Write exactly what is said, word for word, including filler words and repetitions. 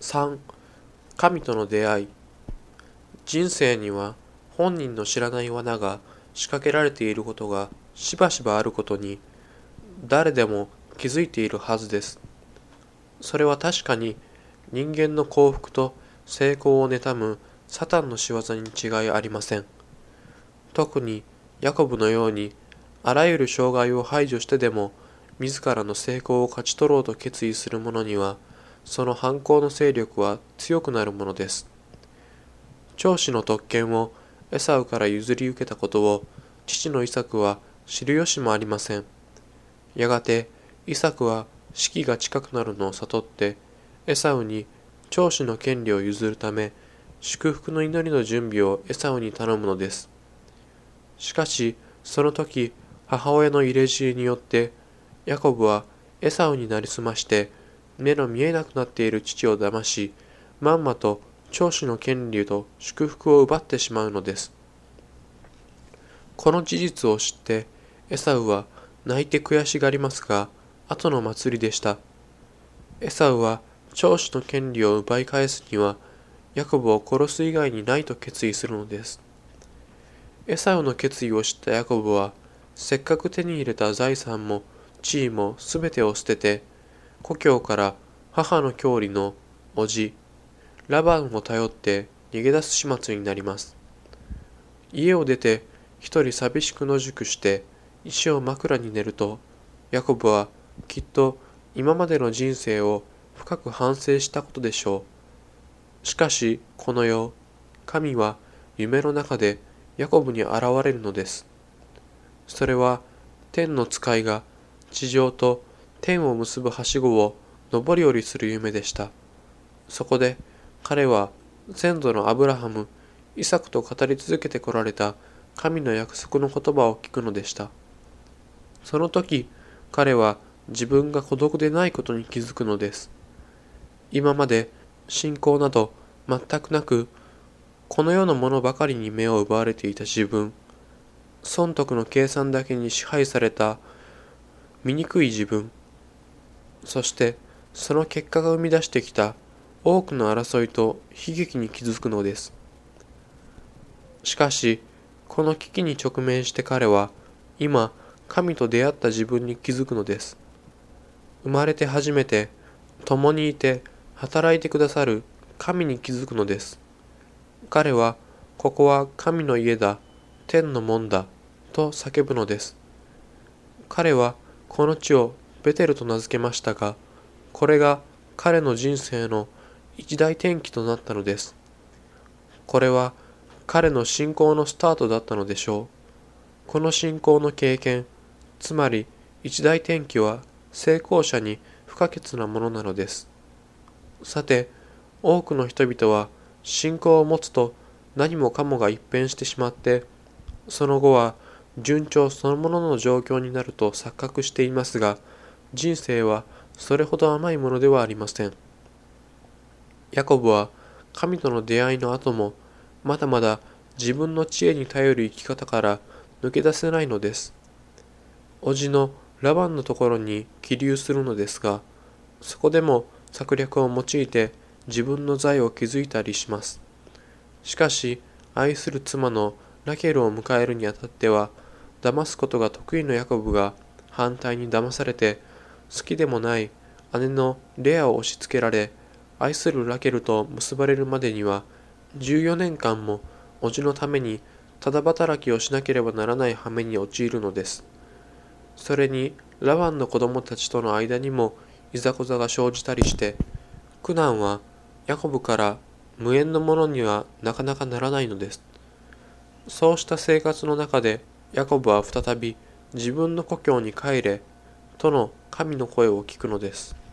さん、神との出会い。人生には本人の知らない罠が仕掛けられていることがしばしばあることに誰でも気づいているはずです。それは確かに人間の幸福と成功を妬むサタンの仕業に違いありません。特にヤコブのようにあらゆる障害を排除してでも自らの成功を勝ち取ろうと決意する者にはその反抗の勢力は強くなるものです。長子の特権をエサウから譲り受けたことを父のイサクは知る由もありません。やがてイサクは死期が近くなるのを悟ってエサウに長子の権利を譲るため祝福の祈りの準備をエサウに頼むのです。しかしその時母親の入れ知恵によってヤコブはエサウになりすまして目の見えなくなっている父を騙しまんまと長子の権利と祝福を奪ってしまうのです。この事実を知ってエサウは泣いて悔しがりますが後の祭りでした。エサウは長子の権利を奪い返すにはヤコブを殺す以外にないと決意するのです。エサウの決意を知ったヤコブはせっかく手に入れた財産も地位もすべてを捨てて故郷から母の郷里の叔父ラバンを頼って逃げ出す始末になります。家を出て一人寂しく野宿して石を枕に寝るとヤコブはきっと今までの人生を深く反省したことでしょう。しかしこの夜神は夢の中でヤコブに現れるのです。それは天の使いが地上と天を結ぶはしごを上り下りする夢でした。そこで彼は先祖のアブラハム、イサクと語り続けてこられた神の約束の言葉を聞くのでした。その時彼は自分が孤独でないことに気づくのです。今まで信仰など全くなくこの世のものばかりに目を奪われていた自分、損得の計算だけに支配された醜い自分、そしてその結果が生み出してきた多くの争いと悲劇に気づくのです。しかしこの危機に直面して彼は今神と出会った自分に気づくのです。生まれて初めて共にいて働いてくださる神に気づくのです。彼はここは神の家だ、天の門だと叫ぶのです。彼はこの地をベテルと名付けましたが、これが彼の人生の一大転機となったのです。これは彼の信仰のスタートだったのでしょう。この信仰の経験、つまり一大転機は成功者に不可欠なものなのです。さて、多くの人々は信仰を持つと何もかもが一変してしまって、その後は順調そのものの状況になると錯覚していますが、人生はそれほど甘いものではありません。ヤコブは神との出会いの後もまだまだ自分の知恵に頼る生き方から抜け出せないのです。叔父のラバンのところに起立するのですが、そこでも策略を用いて自分の財を築いたりします。しかし愛する妻のラケルを迎えるにあたっては騙すことが得意のヤコブが反対に騙されて好きでもない姉のレアを押し付けられ、愛するラケルと結ばれるまでにはじゅうよねんかんも叔父のためにただ働きをしなければならない羽目に陥るのです。それにラバンの子供たちとの間にもいざこざが生じたりして、苦難はヤコブから無縁のものにはなかなかならないのです。そうした生活の中でヤコブは再び自分の故郷に帰れとの神の声を聞くのです。